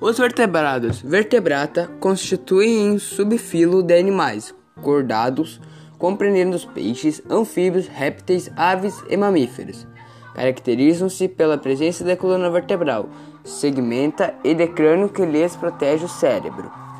Os vertebrados vertebrata constituem um subfilo de animais cordados, compreendendo os peixes, anfíbios, répteis, aves e mamíferos. Caracterizam-se pela presença da coluna vertebral segmenta e de crânio que lhes protege o cérebro.